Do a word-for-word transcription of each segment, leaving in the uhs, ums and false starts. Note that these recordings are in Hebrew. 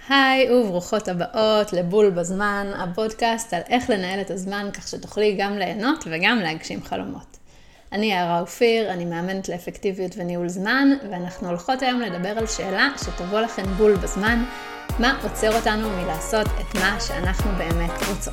היי וברוכות הבאות לבול בזמן, הפודקאסט על איך לנהל את הזמן כך שתוכלי גם ליהנות וגם להגשים חלומות. אני יערה אופיר, אני מאמנת לאפקטיביות וניהול זמן, ואנחנו הולכות היום לדבר על שאלה שתבוא לכם בול בזמן, מה עוצר אותנו מלעשות את מה שאנחנו באמת רוצות.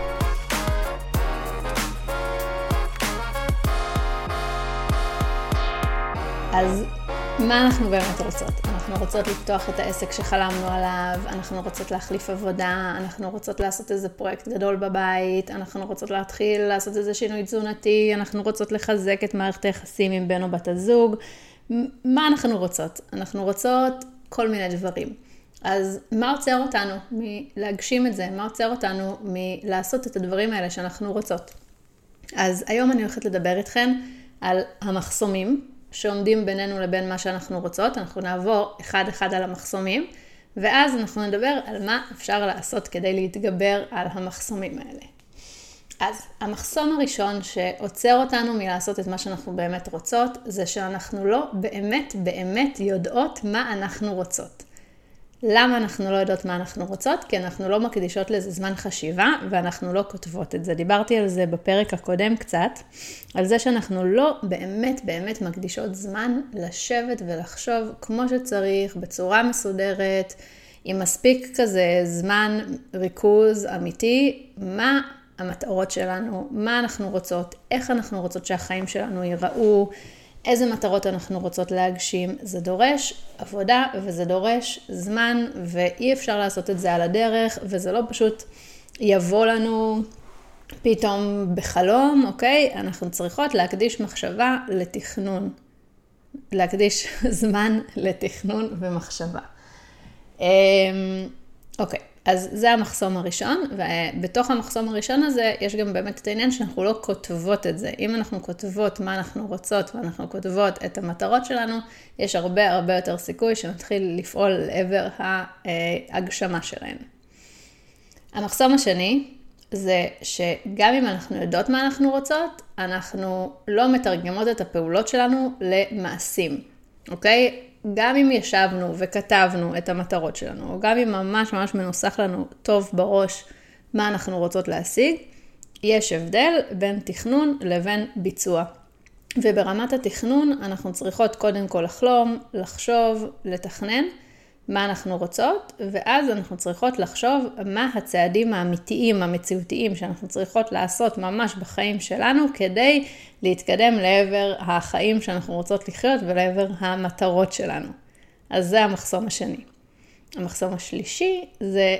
אז מה אנחנו באמת רוצות? אנחנו רוצות לפתוח את העסק שחלמנו עליו, אנחנו רוצות להחליף עבודה, אנחנו רוצות לעשות איזה פרויקט גדול בבית, אנחנו רוצות להתחיל לעשות איזה שינוי תזונתי, אנחנו רוצות לחזק את מערכת היחסים עם בן או בת הזוג. מה אנחנו רוצות? אנחנו רוצות כל מיני דברים. אז מה עוצר אותנו מלהגשים את זה? מה עוצר אותנו מלעשות את הדברים האלה שאנחנו רוצות? אז היום אני הולכת לדבר איתכן על המחסומים, שעומדים בינינו לבין מה שאנחנו רוצות. אנחנו נעבור אחד אחד על המחסומים, ואז אנחנו נדבר על מה אפשר לעשות כדי להתגבר על המחסומים האלה. אז המחסום הראשון שעוצר אותנו מלעשות את מה שאנחנו באמת רוצות, זה שאנחנו לא באמת באמת יודעות מה אנחנו רוצות. למה אנחנו לא יודעות מה אנחנו רוצות? כי אנחנו לא מקדישות לזה זמן חשיבה, ואנחנו לא כותבות את זה. דיברתי על זה בפרק הקודם קצת, על זה שאנחנו לא באמת באמת מקדישות זמן לשבת ולחשוב כמו שצריך, בצורה מסודרת, עם מספיק כזה זמן ריכוז אמיתי, מה המטרות שלנו, מה אנחנו רוצות, איך אנחנו רוצות שהחיים שלנו ייראו, איזה מטרות אנחנו רוצות להגשים. זה דורש עבודה וזה דורש זמן, ואי אפשר לעשות את זה על הדרך, וזה לא פשוט יבוא לנו פתאום בחלום, אוקיי? אנחנו צריכות להקדיש מחשבה לתכנון, להקדיש זמן לתכנון ומחשבה. אוקיי. אז זה המחסום הראשון, ובתוך המחסום הראשון הזה יש גם באמת את העניין שאנחנו לא כותבות את זה. אם אנחנו כותבות מה אנחנו רוצות ואנחנו כותבות את המטרות שלנו, יש הרבה הרבה יותר סיכוי שנתחיל לפעול לעבר ההגשמה שלהן. המחסום השני זה שגם אם אנחנו יודעות מה אנחנו רוצות, אנחנו לא מתרגמות את הפעולות שלנו למעשים, אוקיי? גם אם ישבנו וכתבנו את המטרות שלנו, או גם אם ממש ממש מנוסח לנו טוב בראש מה אנחנו רוצות להשיג, יש הבדל בין תכנון לבין ביצוע. וברמת התכנון אנחנו צריכות קודם כל לחלום, לחשוב, לתכנן מה אנחנו רוצות, ואז אנחנו צריכות לחשוב מה הצעדים האמיתיים, המציאותיים שאנחנו צריכות לעשות ממש בחיים שלנו, כדי להתקדם לעבר החיים שאנחנו רוצות לחיות ולעבר המטרות שלנו. אז זה המחסום השני. המחסום השלישי זה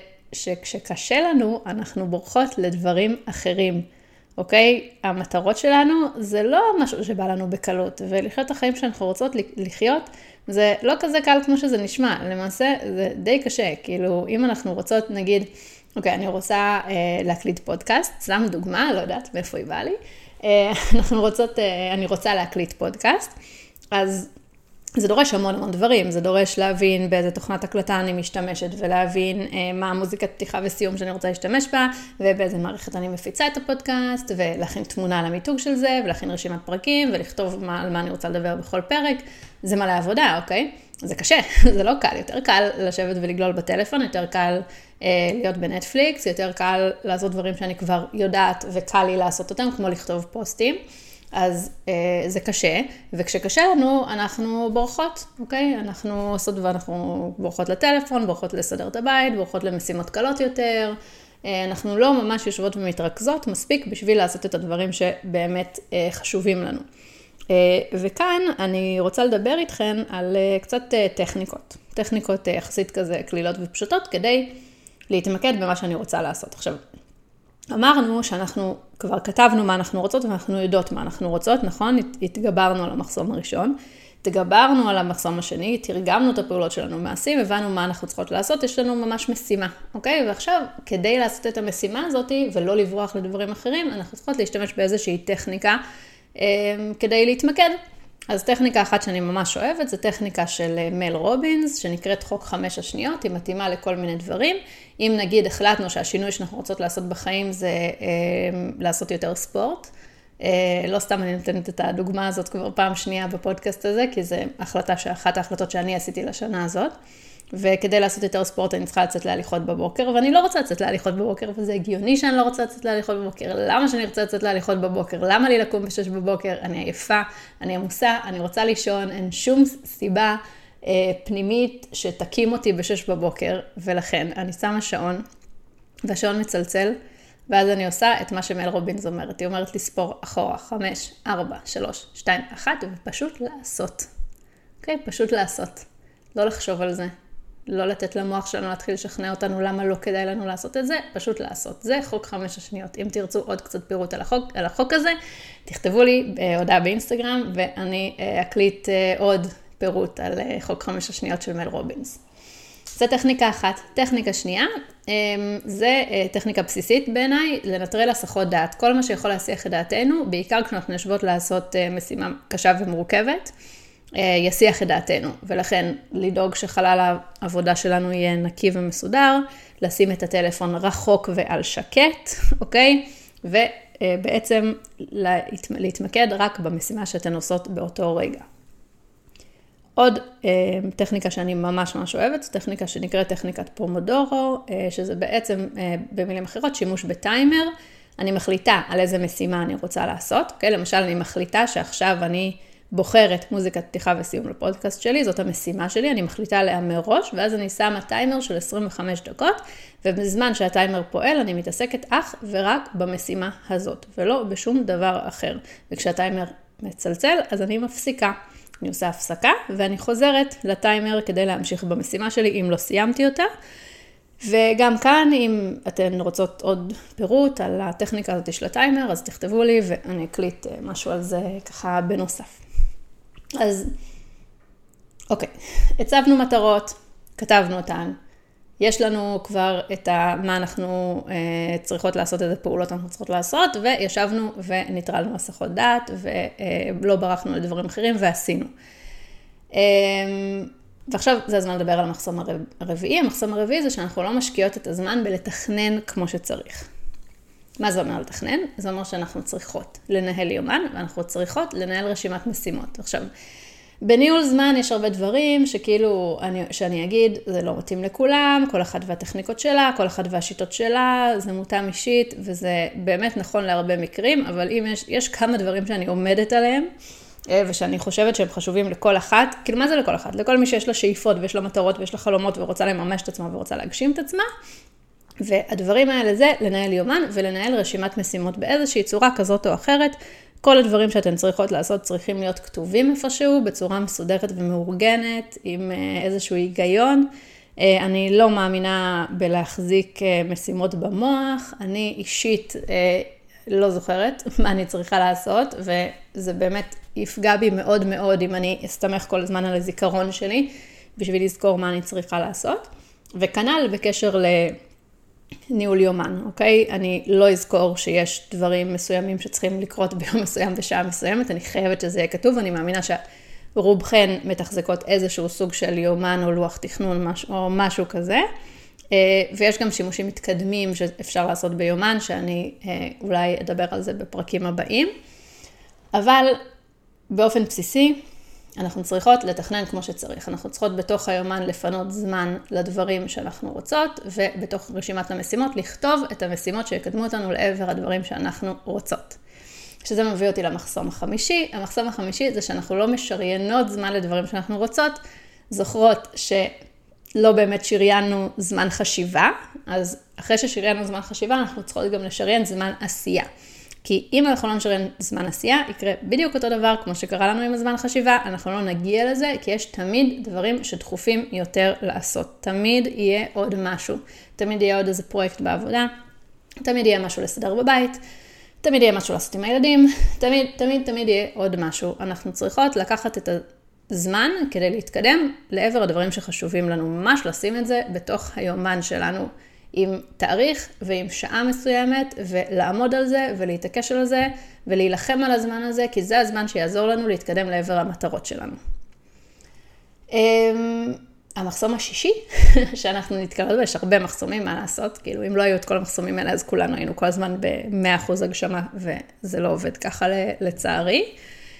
שכשקשה לנו אנחנו בורחות לדברים אחרים. אוקיי? המטרות שלנו זה לא משהו שבא לנו בקלות, ולחיות את החיים שאנחנו רוצות לחיות, זה לא כזה קל כמו שזה נשמע. למעשה זה די קשה. כאילו, אם אנחנו רוצות, נגיד, אוקיי, אני רוצה אה, להקליט פודקאסט, סתם דוגמה, לא יודעת מאיפה היא באה לי, אה, אנחנו רוצות, אה, אני רוצה להקליט פודקאסט, אז זה דורש המון המון דברים. זה דורש להבין באיזה תוכנת הקלטה אני משתמשת, ולהבין אה, מה המוזיקת פתיחה וסיום שאני רוצה להשתמש בה, ובאיזה מערכת אני מפיצה את הפודקאסט, ולהכין תמונה על המיתוג של זה, ולהכין רשימת פרקים, ולכתוב מה, על מה אני רוצה לדבר בכל פרק. זה מלא עבודה, אוקיי? זה קשה, זה לא קל. יותר קל לשבת ולגלול בטלפון, יותר קל אה, להיות בנטפליקס, יותר קל לעשות דברים שאני כבר יודעת וקל לי לעשות אותם, כמו לכתוב פוסטים. אז אה, זה קשה, וכשקשה לנו, אנחנו בורחות, אוקיי? אנחנו עושות ואנחנו בורחות לטלפון, בורחות לסדר את הבית, בורחות למשימות קלות יותר. אה, אנחנו לא ממש יושבות ומתרכזות מספיק בשביל לעשות את הדברים שבאמת אה, חשובים לנו. אה, וכאן אני רוצה לדבר איתכן על אה, קצת אה, טכניקות. טכניקות אה, יחסית כזה כלילות ופשוטות, כדי להתמקד במה שאני רוצה לעשות. עכשיו, אמרנו שאנחנו כבר כתבנו מה אנחנו רוצות, ואנחנו יודעות מה אנחנו רוצות, נכון? התגברנו על המחסום הראשון, התגברנו על המחסום השני, תרגמנו את הפעולות שלנו מעשים, הבנו מה אנחנו צריכות לעשות, יש לנו ממש משימה, אוקיי? ועכשיו, כדי לעשות את המשימה הזאת, ולא לברוח לדברים אחרים, אנחנו צריכות להשתמש באיזושהי טכניקה, אה, כדי להתמקד. אז טכניקה אחת שאני ממש אוהבת, זה טכניקה של מל רובינס, שנקראת חוק חמש השניות, היא מתאימה לכל מיני דברים. אם נגיד החלטנו שהשינוי שאנחנו רוצות לעשות בחיים זה אה, לעשות יותר ספורט, אה, לא סתם אני נותנת את הדוגמה הזאת כבר פעם שנייה בפודקאסט הזה, כי זו החלטה שאחת ההחלטות שאני עשיתי לשנה הזאת. וכדי לעשות יותר ספורט אני צריכה לצאת להליכות בבוקר, ואני לא רוצה לצאת להליכות בבוקר, וזה הגיוני שאני לא רוצה לצאת להליכות בבוקר. למה שאני רוצה לצאת להליכות בבוקר? למה לי לקום בשש בבוקר? אני עייפה, אני עמוסה, אני רוצה לישון, אין שום סיבה אה, פנימית שתקים אותי בשש בבוקר, ולכן אני שמה שעון, והשעון מצלצל, ואז אני עושה את מה שמל רובינס אומרת. היא אומרת לספור אחורה, חמש, ארבע, שלוש, שתיים, אחת, ופשוט לעשות. אוקיי? פשוט לעשות. לא לחשוב על זה. לא לתת למוח שלנו להתחיל לשכנע אותנו למה לא כדאי לנו לעשות את זה, פשוט לעשות. זה חוק חמש השניות. אם תרצו עוד קצת פירוט על החוק, על החוק הזה, תכתבו לי הודעה באינסטגרם, ואני אקליט עוד פירוט על חוק חמש השניות של מל רובינס. זה טכניקה אחת. טכניקה שנייה, זה טכניקה בסיסית בעיניי, לנטרל הסחות דעת. כל מה שיכול להסיח את דעתנו, בעיקר כשאנחנו נשבות לעשות משימה קשה ומורכבת, יסיח את דעתנו. ולכן לדאוג שחלל העבודה שלנו יהיה נקי ומסודר, לשים את הטלפון רחוק ועל שקט, אוקיי? ובעצם להתמקד רק במשימה שאתן עושות באותו רגע. עוד אה, טכניקה שאני ממש ממש אוהבת, זו טכניקה שנקראת טכניקת פומודורו, אה, שזה בעצם אה, במילים אחרות שימוש בטיימר. אני מחליטה על איזה משימה אני רוצה לעשות, אוקיי? למשל אני מחליטה שעכשיו אני בוחרת מוזיקת פתיחה וסיום לפודקאסט שלי, זאת המשימה שלי, אני מחליטה עליה מראש, ואז אני שמה טיימר של עשרים וחמש דקות, ובזמן שהטיימר פועל אני מתעסקת אך ורק במשימה הזאת, ולא בשום דבר אחר. וכשהטיימר מצלצל, אז אני מפסיקה. אני עושה הפסקה, ואני חוזרת לטיימר כדי להמשיך במשימה שלי, אם לא סיימתי אותה. וגם כאן, אם אתן רוצות עוד פירוט על הטכניקה הזאת של הטיימר, אז תכתבו לי, ואני אקליט משהו על זה ככה בנוסף. אז, אוקיי, הצבנו מטרות, כתבנו אותן, יש לנו כבר את ה, מה אנחנו אה, צריכות לעשות, איזה פעולות אנחנו צריכות לעשות, וישבנו וניטרלנו הסחות דעת, ולא ברחנו לדברים אחרים, ועשינו. אה, ועכשיו זה הזמן לדבר על המחסום הרביעי. המחסום הרביעי זה שאנחנו לא משקיעות את הזמן בלתכנן כמו שצריך. מה זה אומר לתכנן? זה אומר שאנחנו צריכות לנהל יומן, ואנחנו צריכות לנהל רשימת משימות. עכשיו, בניהול זמן יש הרבה דברים שכאילו, אני, שאני אגיד, זה לא מתאים לכולם, כל אחד והטכניקות שלה, כל אחד והשיטות שלה, זה מותאם אישית, וזה באמת נכון להרבה מקרים, אבל אם יש, יש כמה דברים שאני עומדת עליהם, ושאני חושבת שהם חשובים לכל אחת, כאילו מה זה לכל אחת? לכל מי שיש לה שאיפות ויש לה מטרות ויש לה חלומות ורוצה לממש את עצמה ורוצה להגשים את עצמה, והדברים האלה זה לנהל יומן ולנהל רשימת משימות באיזושהי צורה כזאת או אחרת. כל הדברים שאתן צריכות לעשות צריכים להיות כתובים איפשהו, בצורה מסודרת ומאורגנת, עם איזשהו היגיון. אני לא מאמינה בלהחזיק משימות במוח, אני אישית לא זוכרת מה אני צריכה לעשות, וזה באמת יפגע בי מאוד מאוד אם אני אסתמך כל הזמן על הזיכרון שלי, בשביל לזכור מה אני צריכה לעשות. וכנ"ל בקשר ל... ניהול יומן, אוקיי? אני לא אזכור שיש דברים מסוימים שצריכים לקרות ביום מסוים בשעה מסוימת, אני חייבת שזה יהיה כתוב, אני מאמינה שרובכן מתחזקות איזשהו סוג של יומן או לוח תכנון או משהו כזה, ויש גם שימושים מתקדמים שאפשר לעשות ביומן, שאני אולי אדבר על זה בפרקים הבאים, אבל באופן בסיסי, אנחנו צריכות לתכנן כמו שצריך. אנחנו צריכות בתוך היומן לפנות זמן לדברים שאנחנו רוצות, ובתוך רשימת המשימות לכתוב את המשימות שיקדמו אותנו לעבר הדברים שאנחנו רוצות. שזה מביא אותי למחסום החמישי. המחסום החמישי זה שאנחנו לא משריינות זמן לדברים שאנחנו רוצות, זוכרות שלא באמת שריינו זמן חשיבה, אז אחרי ששריינו זמן חשיבה, אנחנו צריכות גם לשריין זמן עשייה. כי אם אנחנו לא נשריין זמן עשייה, יקרה בדיוק אותו דבר כמו שקרה לנו עם הזמן חשיבה, אנחנו לא נגיע לזה, כי יש תמיד דברים שדחופים יותר לעשות. תמיד יהיה עוד משהו, תמיד יהיה עוד איזה פרויקט בעבודה, תמיד יהיה משהו לסדר בבית, תמיד יהיה משהו לעשות עם הילדים, תמיד, תמיד, תמיד יהיה עוד משהו. אנחנו צריכות לקחת את הזמן כדי להתקדם לעבר הדברים שחשובים לנו, ממש לשים את זה בתוך היומן שלנו, עם תאריך ועם שעה מסוימת, ולעמוד על זה ולהתעקש על זה, ולהילחם על הזמן הזה, כי זה הזמן שיעזור לנו להתקדם לעבר המטרות שלנו. המחסום השישי, שאנחנו נתקרב בו, יש הרבה מחסומים, מה לעשות, כאילו אם לא היו את כל המחסומים האלה, אז כולנו היינו כל הזמן ב-מאה אחוז הגשמה, וזה לא עובד ככה לצערי.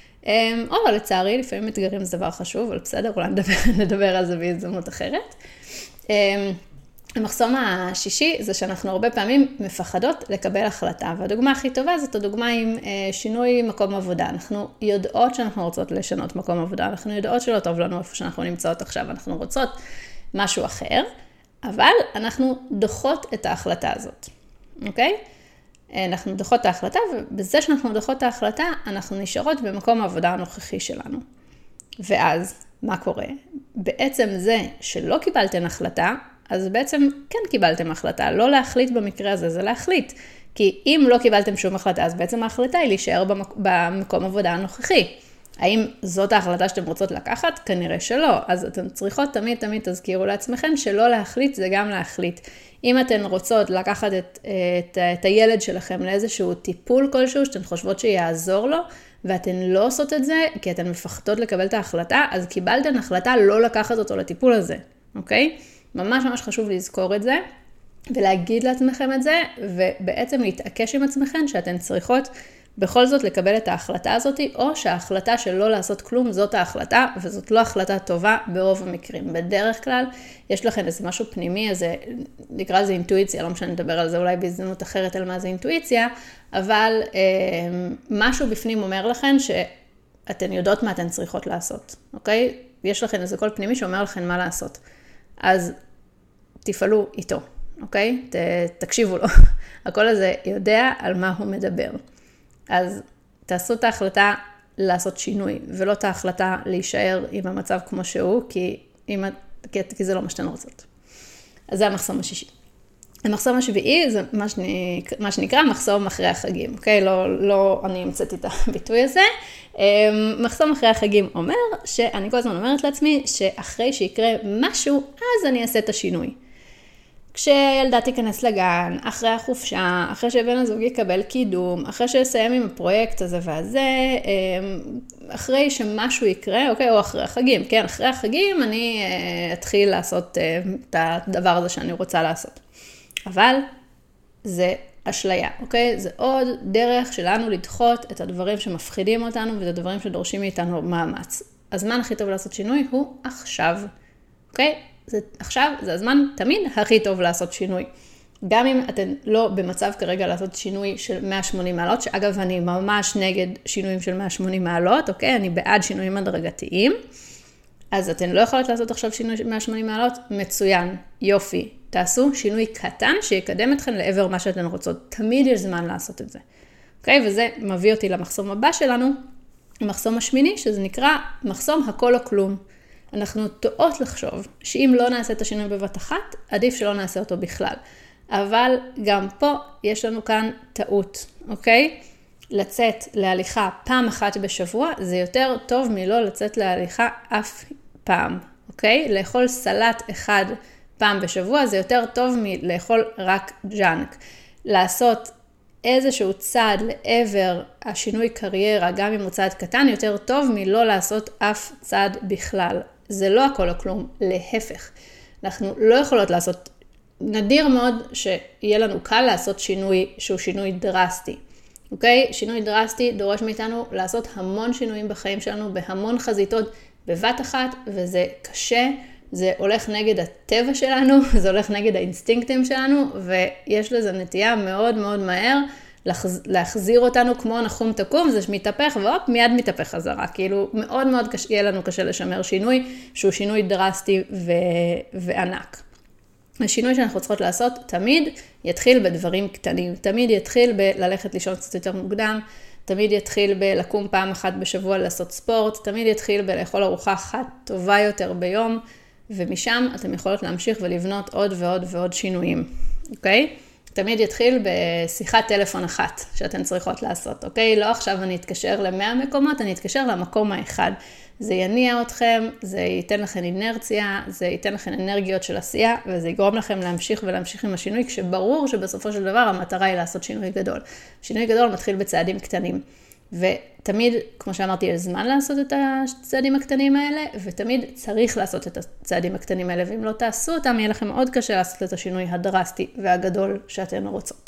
או לצערי, לפעמים מתגרים זה דבר חשוב, אבל בסדר, אולי נדבר, נדבר על זה בהזדמנות אחרת. המחסום השישי זה שאנחנו הרבה פעמים מפחדות לקבל החלטה, והדוגמה הכי טובה זאת הדוגמה עם שינוי מקום עבודה. אנחנו יודעות שאנחנו רוצות לשנות מקום עבודה, אנחנו יודעות שלא טוב לנו איפה שאנחנו נמצאות עכשיו, אנחנו רוצות משהו אחר, אבל אנחנו דוחות את ההחלטה הזאת, אוקיי? אנחנו דוחות את ההחלטה, ובזה שאנחנו דוחות את ההחלטה, אנחנו נשארות במקום העבודה הנוכחי שלנו. ואז, מה קורה? בעצם זה שלא קיבלתם החלטה, אז בעצם כן קיבלתם החלטה. לא להחליט במקרה הזה, זה להחליט. כי אם לא קיבלתם שום החלטה, אז בעצם ההחלטה היא להישאר במק... במקום עבודה הנוכחי. האם זאת ההחלטה שאתם רוצות לקחת? כנראה שלא. אז אתן צריכות תמיד תמיד תזכירו לעצמכם שלא להחליט זה גם להחליט. אם אתן רוצות לקחת את, את, את הילד שלכם לאיזשהו טיפול כלשהו, שאתן חושבות שיעזור לו, ואתן לא עושות את זה כי אתן מפחדות לקבל את ההחלטה, אז קיבלתן החלטה לא לקחת אותו לטיפול הזה, אוקיי? ממש ממש חשוב לזכור את זה, ולהגיד לעצמכם את זה, ובעצם להתעקש עם עצמכם שאתן צריכות בכל זאת לקבל את ההחלטה הזאת, או שההחלטה של לא לעשות כלום זאת ההחלטה, וזאת לא החלטה טובה ברוב המקרים. בדרך כלל יש לכם איזה משהו פנימי, איזה, נקרא לזה אינטואיציה, לא משנה לדבר על זה אולי בהזדמנות אחרת על מה זה אינטואיציה, אבל אה, משהו בפנים אומר לכם שאתן יודעות מה אתן צריכות לעשות, אוקיי? יש לכם איזה קול פנימי שאומר לכם מה לעשות. אז תפעלו איתו, אוקיי? ת, תקשיבו לו. הקול הזה יודע על מה הוא מדבר. אז תעשו את ההחלטה לעשות שינוי, ולא את ההחלטה להישאר עם המצב כמו שהוא, כי, אם, כי, כי זה לא מה שאתן רוצות. אז זה המחסום השישי. המחסום השביעי זה מה, שנק, מה שנקרא מחסום אחרי החגים, אוקיי? לא, לא אני המצאתי את הביטוי הזה. מחסום אחרי החגים אומר שאני כל הזמן אומרת לעצמי שאחרי שיקרה משהו, אז אני אעשה את השינוי. כשילדה תיכנס לגן, אחרי החופשה, אחרי שבן הזוג יקבל קידום, אחרי שיסיים עם הפרויקט הזה והזה, אחרי שמשהו יקרה, אוקיי, או אחרי החגים, כן, אחרי החגים אני אתחיל לעשות את הדבר הזה שאני רוצה לעשות. אבל זה אשליה, אוקיי? זה עוד דרך שלנו לדחות את הדברים שמפחידים אותנו, ואת הדברים שדורשים מאיתנו מאמץ. הזמן הכי טוב לעשות שינוי הוא עכשיו, אוקיי? זה, עכשיו זה הזמן תמיד הכי טוב לעשות שינוי. גם אם אתן לא במצב כרגע לעשות שינוי של מאה ושמונים מעלות, שאגב אני ממש נגד שינויים של מאה ושמונים מעלות, אוקיי? אני בעד שינויים הדרגתיים. אז אתן לא יכולות לעשות עכשיו שינוי של מאה ושמונים מעלות, מצוין, יופי. תעשו שינוי קטן שיקדם אתכם לעבר מה שאתן רוצות. תמיד יש זמן לעשות את זה. אוקיי? וזה מביא אותי למחסום הבא שלנו, המחסום השמיני, שזה נקרא מחסום הכל או כלום. אנחנו טועות לחשוב שאם לא נעשה את השינוי בבת אחת, עדיף שלא נעשה אותו בכלל. אבל גם פה יש לנו כאן טעות, אוקיי? לצאת להליכה פעם אחת בשבוע, זה יותר טוב מלא לצאת להליכה אף פעם, אוקיי? לאכול סלט אחד פעם בשבוע, זה יותר טוב מלאכול רק ג'אנק. לעשות איזשהו צעד לעבר השינוי קריירה, גם אם הוא צעד קטן, יותר טוב מלא לעשות אף צעד בכלל. זה לא הכל או כלום, להפך. אנחנו לא יכולות לעשות, נדיר מאוד שיהיה לנו קל לעשות שינוי שהוא שינוי דרסטי. אוקיי? שינוי דרסטי דורש מאיתנו לעשות המון שינויים בחיים שלנו, בהמון חזיתות בבת אחת, וזה קשה, זה הולך נגד הטבע שלנו, זה הולך נגד האינסטינקטים שלנו, ויש לזה נטייה מאוד מאוד מהר להחזיר אותנו כמו נחום תקום, זה מתהפך והופ, מיד מתהפך חזרה. כאילו מאוד מאוד קשה, יהיה לנו קשה לשמר שינוי, שהוא שינוי דרסטי ו... וענק. השינוי שאנחנו צריכות לעשות תמיד יתחיל בדברים קטנים, תמיד יתחיל בללכת לישון קצת יותר מוקדם, תמיד יתחיל בלקום פעם אחת בשבוע לעשות ספורט, תמיד יתחיל בלאכול ארוחה אחת טובה יותר ביום, ומשם אתם יכולות להמשיך ולבנות עוד ועוד ועוד שינויים, אוקיי? תמיד יתחיל בשיחת טלפון אחת שאתן צריכות לעשות, אוקיי? לא עכשיו אני אתקשר למאה מקומות, אני אתקשר למקום האחד. זה יניע אתכם, זה ייתן לכם אינרציה, זה ייתן לכם אנרגיות של עשייה, וזה יגרום לכם להמשיך ולהמשיך עם השינוי, כשברור שבסופו של דבר המטרה היא לעשות שינוי גדול. שינוי גדול מתחיל בצעדים קטנים. ותמיד, כמו שאמרתי, יש זמן לעשות את הצעדים הקטנים האלה, ותמיד צריך לעשות את הצעדים הקטנים האלה, ואם לא תעשו אותם, יהיה לכם מאוד קשה לעשות את השינוי הדרסטי והגדול שאתן רוצות.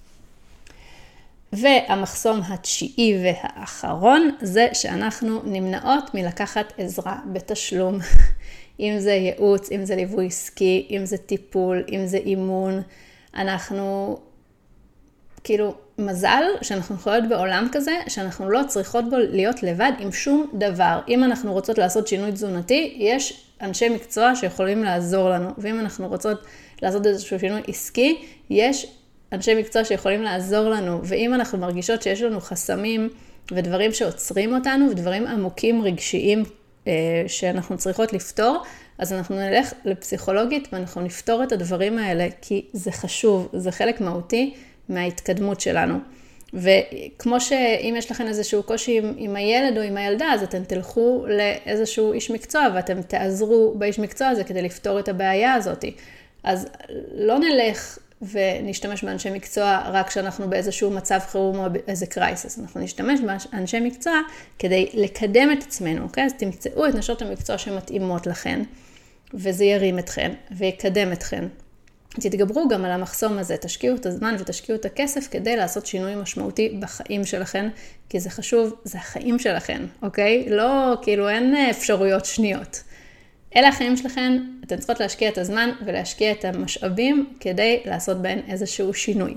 והמחסום התשיעי והאחרון זה שאנחנו נמנעות מלקחת עזרה בתשלום. אם זה ייעוץ, אם זה ליווי עסקי, אם זה טיפול, אם זה אימון. אנחנו, כאילו, מזל שאנחנו יכולות בעולם כזה, שאנחנו לא צריכות בו להיות לבד עם שום דבר. אם אנחנו רוצות לעשות שינוי תזונתי, יש אנשי מקצוע שיכולים לעזור לנו. ואם אנחנו רוצות לעשות איזשהו שינוי עסקי, יש אנשי מקצוע שיכולים לעזור לנו. ואם אנחנו מרגישות שיש לנו חסמים ודברים שעוצרים אותנו, ודברים עמוקים רגשיים אה, שאנחנו צריכות לפתור, אז אנחנו נלך לפסיכולוגית ואנחנו נפתור את הדברים האלה, כי זה חשוב, זה חלק מהותי מההתקדמות שלנו. וכמו שאם יש לכם איזשהו קושי עם, עם הילד או עם הילדה, אז אתם תלכו לאיזשהו איש מקצוע, ואתם תעזרו באיש מקצוע הזה כדי לפתור את הבעיה הזאת. אז לא נלך ונשתמש באנשי מקצוע רק כשאנחנו באיזשהו מצב חירום או איזה קרייסס. אנחנו נשתמש באנשי מקצוע כדי לקדם את עצמנו, אוקיי? אז תמצאו את נשות המקצוע שמתאימות לכן, וזה ירים אתכן ויקדם אתכן. תתגברו גם על המחסום הזה, תשקיעו את הזמן ותשקיעו את הכסף כדי לעשות שינוי משמעותי בחיים שלכן, כי זה חשוב, זה החיים שלכן, אוקיי? לא, כאילו אין אפשרויות שניות. אלה החיים שלכן, אתן צריכות להשקיע את הזמן ולהשקיע את המשאבים כדי לעשות בהן איזשהו שינוי.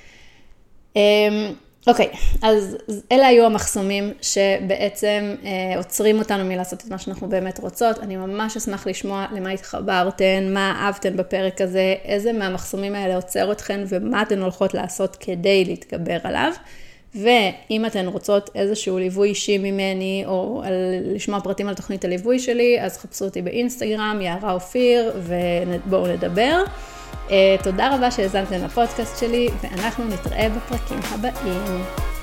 אוקיי, אז אלה היו המחסומים שבעצם אה, עוצרים אותנו מלעשות את מה שאנחנו באמת רוצות. אני ממש אשמח לשמוע למה התחברתן, מה אהבתן בפרק הזה, איזה מהמחסומים האלה עוצר אתכן ומה אתן הולכות לעשות כדי להתגבר עליו. ואם אתן רוצות איזשהו ליווי אישי ממני, או על, לשמוע פרטים על תוכנית הליווי שלי, אז חפשו אותי באינסטגרם, יערה אופיר, ובואו נדבר. Uh, תודה רבה שהאזנתם לפודקאסט שלי, ואנחנו נתראה בפרקים הבאים.